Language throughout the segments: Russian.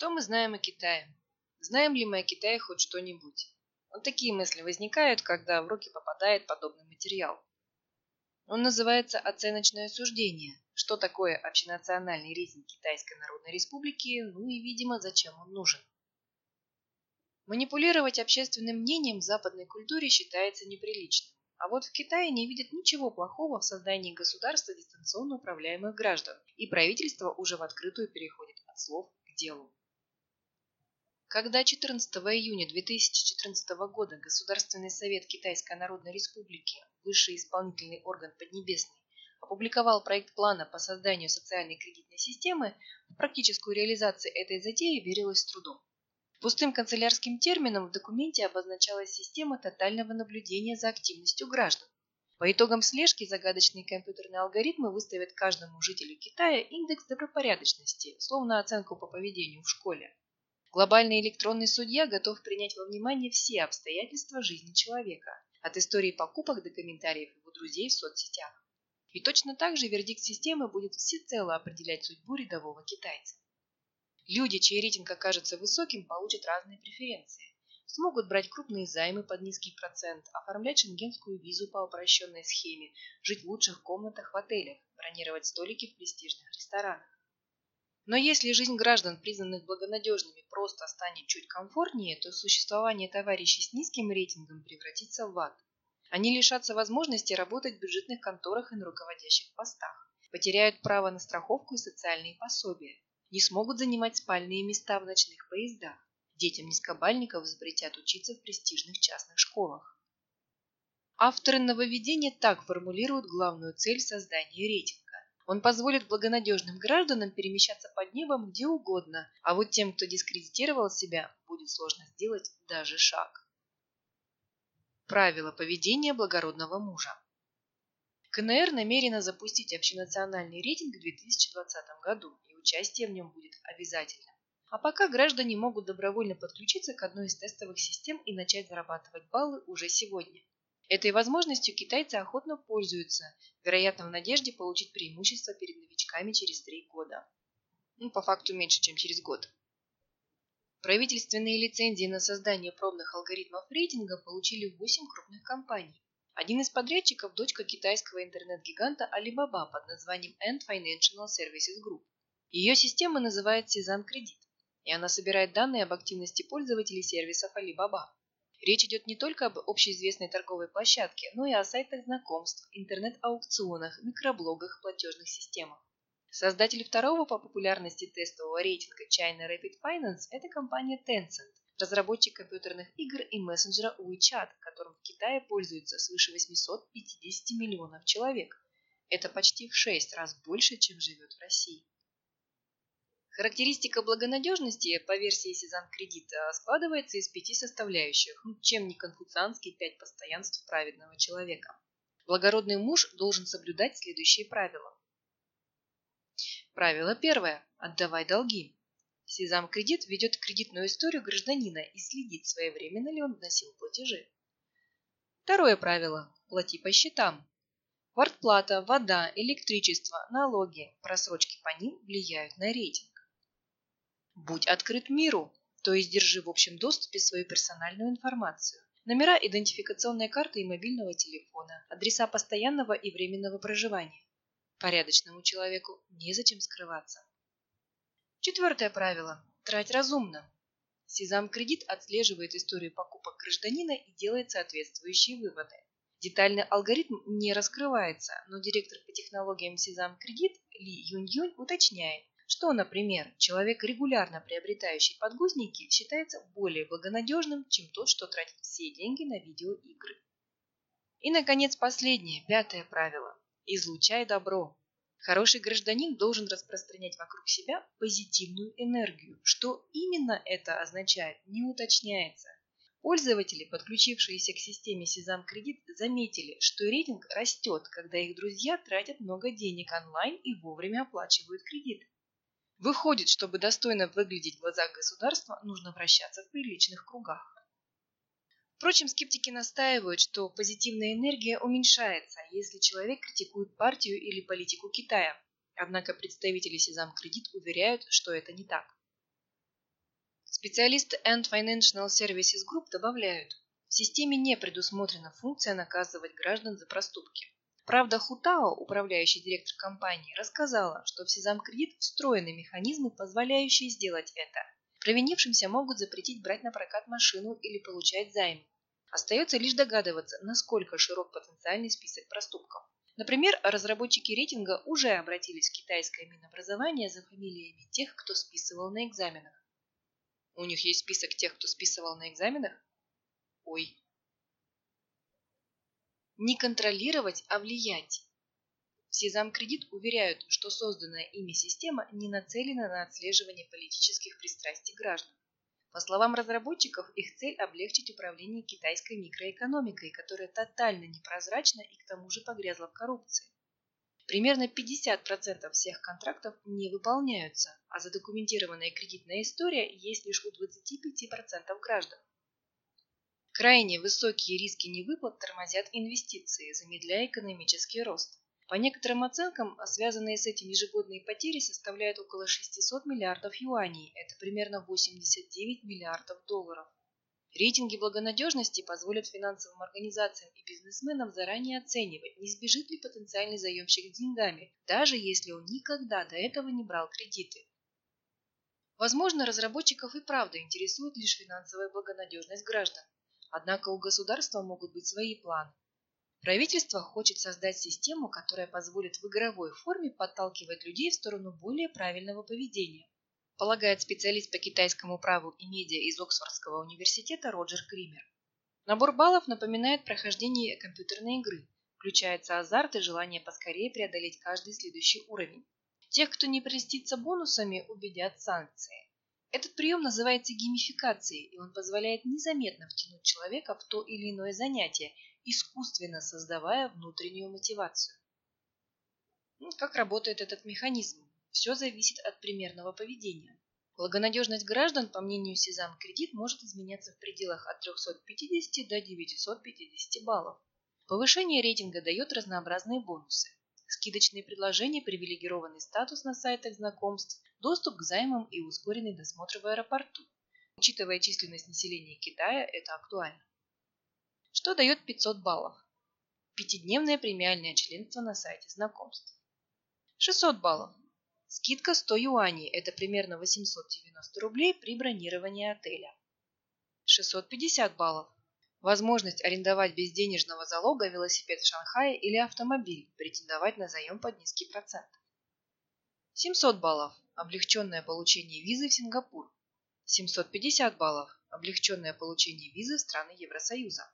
Что мы знаем о Китае? Знаем ли мы о Китае хоть что-нибудь? Вот такие мысли возникают, когда в руки попадает подобный материал. Он называется «Оценочное суждение». Что такое общенациональный рейтинг Китайской Народной Республики, ну и, видимо, зачем он нужен. Манипулировать общественным мнением в западной культуре считается неприличным. А вот в Китае не видят ничего плохого в создании государства дистанционно управляемых граждан, и правительство уже в открытую переходит от слов к делу. Когда 14 июня 2014 года Государственный совет Китайской Народной Республики, высший исполнительный орган Поднебесной, опубликовал проект плана по созданию социальной кредитной системы, в практическую реализацию этой затеи верилось с трудом. Пустым канцелярским термином в документе обозначалась система тотального наблюдения за активностью граждан. По итогам слежки загадочные компьютерные алгоритмы выставят каждому жителю Китая индекс добропорядочности, словно оценку по поведению в школе. Глобальный электронный судья готов принять во внимание все обстоятельства жизни человека, от истории покупок до комментариев его друзей в соцсетях. И точно так же вердикт системы будет всецело определять судьбу рядового китайца. Люди, чей рейтинг окажется высоким, получат разные преференции. Смогут брать крупные займы под низкий процент, оформлять шенгенскую визу по упрощенной схеме, жить в лучших комнатах в отелях, бронировать столики в престижных ресторанах. Но если жизнь граждан, признанных благонадежными, просто станет чуть комфортнее, то существование товарищей с низким рейтингом превратится в ад. Они лишатся возможности работать в бюджетных конторах и на руководящих постах, потеряют право на страховку и социальные пособия, не смогут занимать спальные места в ночных поездах, детям низкобальников запретят учиться в престижных частных школах. Авторы нововведения так формулируют главную цель создания рейтинга. Он позволит благонадежным гражданам перемещаться под небом где угодно, а вот тем, кто дискредитировал себя, будет сложно сделать даже шаг. Правила поведения благородного мужа. КНР намерена запустить общенациональный рейтинг в 2020 году, и участие в нем будет обязательным. А пока граждане могут добровольно подключиться к одной из тестовых систем и начать зарабатывать баллы уже сегодня. Этой возможностью китайцы охотно пользуются, вероятно, в надежде получить преимущество перед новичками через 3 года. По факту меньше, чем через год. Правительственные лицензии на создание пробных алгоритмов рейтинга получили 8 крупных компаний. Один из подрядчиков – дочка китайского интернет-гиганта Alibaba под названием Ant Financial Services Group. Ее система называется Sesam Credit, и она собирает данные об активности пользователей сервисов Alibaba. Речь идет не только об общеизвестной торговой площадке, но и о сайтах знакомств, интернет-аукционах, микроблогах, платежных системах. Создатель второго по популярности тестового рейтинга China Rapid Finance – это компания Tencent, разработчик компьютерных игр и мессенджера WeChat, которым в Китае пользуется свыше 850 миллионов человек. Это почти в 6 раз больше, чем живет в России. Характеристика благонадежности по версии Sesam Credit складывается из 5 составляющих, чем не конфуцианские 5 постоянств праведного человека. Благородный муж должен соблюдать следующие правила. Правило первое. Отдавай долги. Sesam Credit ведет кредитную историю гражданина и следит, своевременно ли он вносил платежи. Второе правило. Плати по счетам. Квартплата, вода, электричество, налоги, просрочки по ним влияют на рейтинг. Будь открыт миру, то есть держи в общем доступе свою персональную информацию. Номера идентификационной карты и мобильного телефона, адреса постоянного и временного проживания. Порядочному человеку незачем скрываться. Четвертое правило. Трать разумно. Sesam Credit отслеживает историю покупок гражданина и делает соответствующие выводы. Детальный алгоритм не раскрывается, но директор по технологиям Sesam Credit Ли Юнь-Юнь уточняет, что, например, человек, регулярно приобретающий подгузники, считается более благонадежным, чем тот, что тратит все деньги на видеоигры. И, наконец, последнее, 5-е правило. Излучай добро. Хороший гражданин должен распространять вокруг себя позитивную энергию. Что именно это означает, не уточняется. Пользователи, подключившиеся к системе Sesam Credit, заметили, что рейтинг растет, когда их друзья тратят много денег онлайн и вовремя оплачивают кредиты. Выходит, чтобы достойно выглядеть в глазах государства, нужно вращаться в приличных кругах. Впрочем, скептики настаивают, что позитивная энергия уменьшается, если человек критикует партию или политику Китая. Однако представители Sesam Credit уверяют, что это не так. Специалисты Ant Financial Services Group добавляют, в системе не предусмотрена функция наказывать граждан за проступки. Правда, Хутао, управляющий директор компании, рассказала, что в Сезам-кредит встроены механизмы, позволяющие сделать это. Провинившимся могут запретить брать на прокат машину или получать займ. Остается лишь догадываться, насколько широк потенциальный список проступков. Например, разработчики рейтинга уже обратились в китайское Минобразование за фамилиями тех, кто списывал на экзаменах. У них есть список тех, кто списывал на экзаменах? Ой. Не контролировать, а влиять. В Сезам-кредит уверяют, что созданная ими система не нацелена на отслеживание политических пристрастий граждан. По словам разработчиков, их цель – облегчить управление китайской микроэкономикой, которая тотально непрозрачна и к тому же погрязла в коррупции. Примерно 50% всех контрактов не выполняются, а задокументированная кредитная история есть лишь у 25% граждан. Крайне высокие риски невыплат тормозят инвестиции, замедляя экономический рост. По некоторым оценкам, связанные с этим ежегодные потери составляют около 600 миллиардов юаней, это примерно 89 миллиардов долларов. Рейтинги благонадежности позволят финансовым организациям и бизнесменам заранее оценивать, не сбежит ли потенциальный заемщик с деньгами, даже если он никогда до этого не брал кредиты. Возможно, разработчиков и правда интересует лишь финансовая благонадежность граждан. Однако у государства могут быть свои планы. Правительство хочет создать систему, которая позволит в игровой форме подталкивать людей в сторону более правильного поведения, полагает специалист по китайскому праву и медиа из Оксфордского университета Роджер Кример. Набор баллов напоминает прохождение компьютерной игры, включается азарт и желание поскорее преодолеть каждый следующий уровень. Тех, кто не прельстится бонусами, убедят санкции. Этот прием называется геймификацией, и он позволяет незаметно втянуть человека в то или иное занятие, искусственно создавая внутреннюю мотивацию. Как работает этот механизм? Все зависит от примерного поведения. Благонадежность граждан, по мнению Сезам-кредит, может изменяться в пределах от 350 до 950 баллов. Повышение рейтинга дает разнообразные бонусы. Скидочные предложения, привилегированный статус на сайтах знакомств, доступ к займам и ускоренный досмотр в аэропорту. Учитывая численность населения Китая, это актуально. Что дает 500 баллов? Пятидневное премиальное членство на сайте знакомств. 600 баллов. Скидка 100 юаней, это примерно 890 рублей при бронировании отеля. 650 баллов. Возможность арендовать без денежного залога велосипед в Шанхае или автомобиль, претендовать на заем под низкий процент. 700 баллов. Облегченное получение визы в Сингапур. 750 баллов. Облегченное получение визы в страны Евросоюза.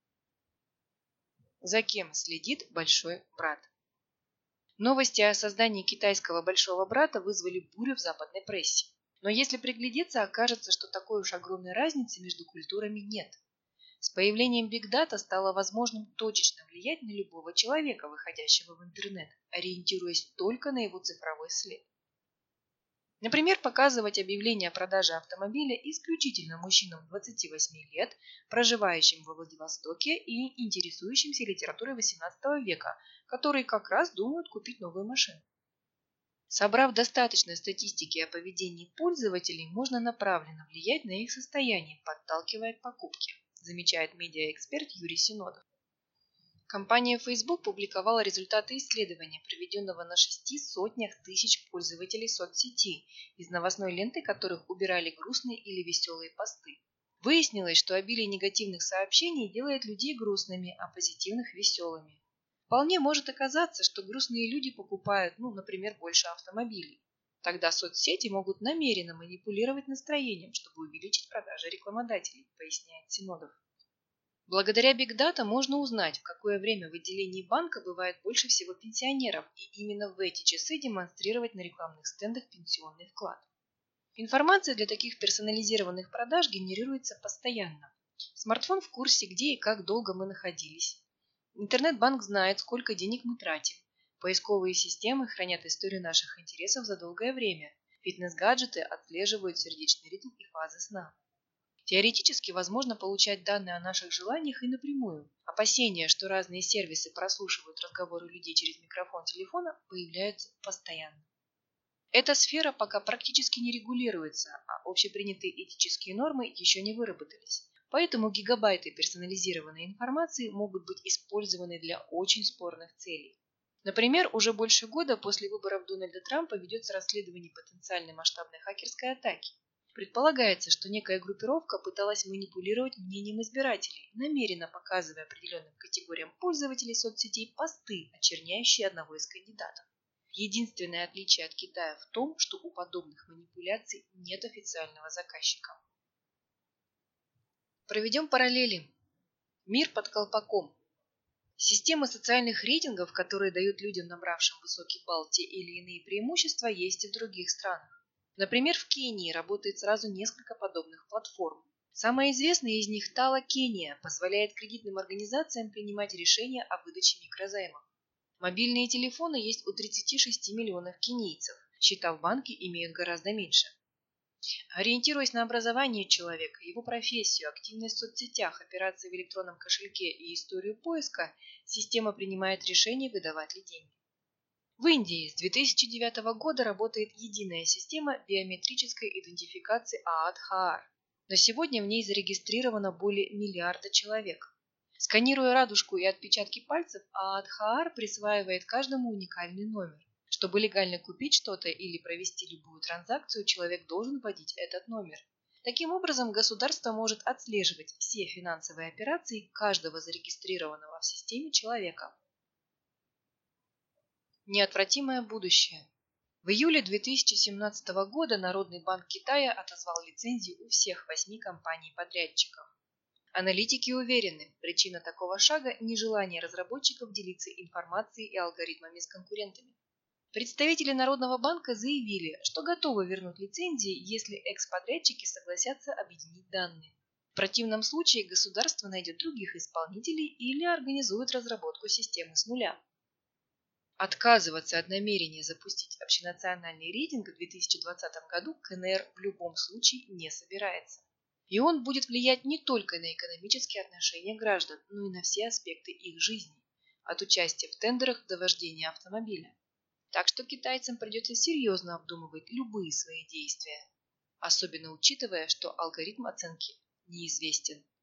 За кем следит Большой брат? Новости о создании китайского Большого брата вызвали бурю в западной прессе. Но если приглядеться, окажется, что такой уж огромной разницы между культурами нет. С появлением Big Data стало возможным точечно влиять на любого человека, выходящего в интернет, ориентируясь только на его цифровой след. Например, показывать объявления о продаже автомобиля исключительно мужчинам 28 лет, проживающим во Владивостоке и интересующимся литературой XVIII века, которые как раз думают купить новую машину. Собрав достаточно статистики о поведении пользователей, можно направленно влиять на их состояние, подталкивая к покупке, замечает медиаэксперт Юрий Синодов. Компания Facebook публиковала результаты исследования, проведенного на 600 тысяч пользователей соцсети, из новостной ленты которых убирали грустные или веселые посты. Выяснилось, что обилие негативных сообщений делает людей грустными, а позитивных – веселыми. Вполне может оказаться, что грустные люди покупают, например, больше автомобилей. Тогда соцсети могут намеренно манипулировать настроением, чтобы увеличить продажи рекламодателей, поясняет Синодов. Благодаря Big Data можно узнать, в какое время в отделении банка бывает больше всего пенсионеров, и именно в эти часы демонстрировать на рекламных стендах пенсионный вклад. Информация для таких персонализированных продаж генерируется постоянно. Смартфон в курсе, где и как долго мы находились. Интернет-банк знает, сколько денег мы тратим. Поисковые системы хранят историю наших интересов за долгое время. Фитнес-гаджеты отслеживают сердечный ритм и фазы сна. Теоретически возможно получать данные о наших желаниях и напрямую. Опасения, что разные сервисы прослушивают разговоры людей через микрофон телефона, появляются постоянно. Эта сфера пока практически не регулируется, а общепринятые этические нормы еще не выработались. Поэтому гигабайты персонализированной информации могут быть использованы для очень спорных целей. Например, уже больше года после выборов Дональда Трампа ведется расследование потенциальной масштабной хакерской атаки. Предполагается, что некая группировка пыталась манипулировать мнением избирателей, намеренно показывая определенным категориям пользователей соцсетей посты, очерняющие одного из кандидатов. Единственное отличие от Китая в том, что у подобных манипуляций нет официального заказчика. Проведем параллели. Мир под колпаком. Системы социальных рейтингов, которые дают людям, набравшим высокий балл, те или иные преимущества, есть и в других странах. Например, в Кении работает сразу несколько подобных платформ. Самая известная из них Тала Кения позволяет кредитным организациям принимать решения о выдаче микрозаймов. Мобильные телефоны есть у 36 миллионов кенийцев, счета в банке имеют гораздо меньше. Ориентируясь на образование человека, его профессию, активность в соцсетях, операции в электронном кошельке и историю поиска, система принимает решение, выдавать ли деньги. В Индии с 2009 года работает единая система биометрической идентификации Aadhaar. На сегодня в ней зарегистрировано более миллиарда человек. Сканируя радужку и отпечатки пальцев, Aadhaar присваивает каждому уникальный номер. Чтобы легально купить что-то или провести любую транзакцию, человек должен вводить этот номер. Таким образом, государство может отслеживать все финансовые операции каждого зарегистрированного в системе человека. Неотвратимое будущее. В июле 2017 года Народный банк Китая отозвал лицензии у всех 8 компаний-подрядчиков. Аналитики уверены, причина такого шага – нежелание разработчиков делиться информацией и алгоритмами с конкурентами. Представители Народного банка заявили, что готовы вернуть лицензии, если экс-подрядчики согласятся объединить данные. В противном случае государство найдет других исполнителей или организует разработку системы с нуля. Отказываться от намерения запустить общенациональный рейтинг в 2020 году КНР в любом случае не собирается. И он будет влиять не только на экономические отношения граждан, но и на все аспекты их жизни, от участия в тендерах до вождения автомобиля. Так что китайцам придется серьезно обдумывать любые свои действия, особенно учитывая, что алгоритм оценки неизвестен.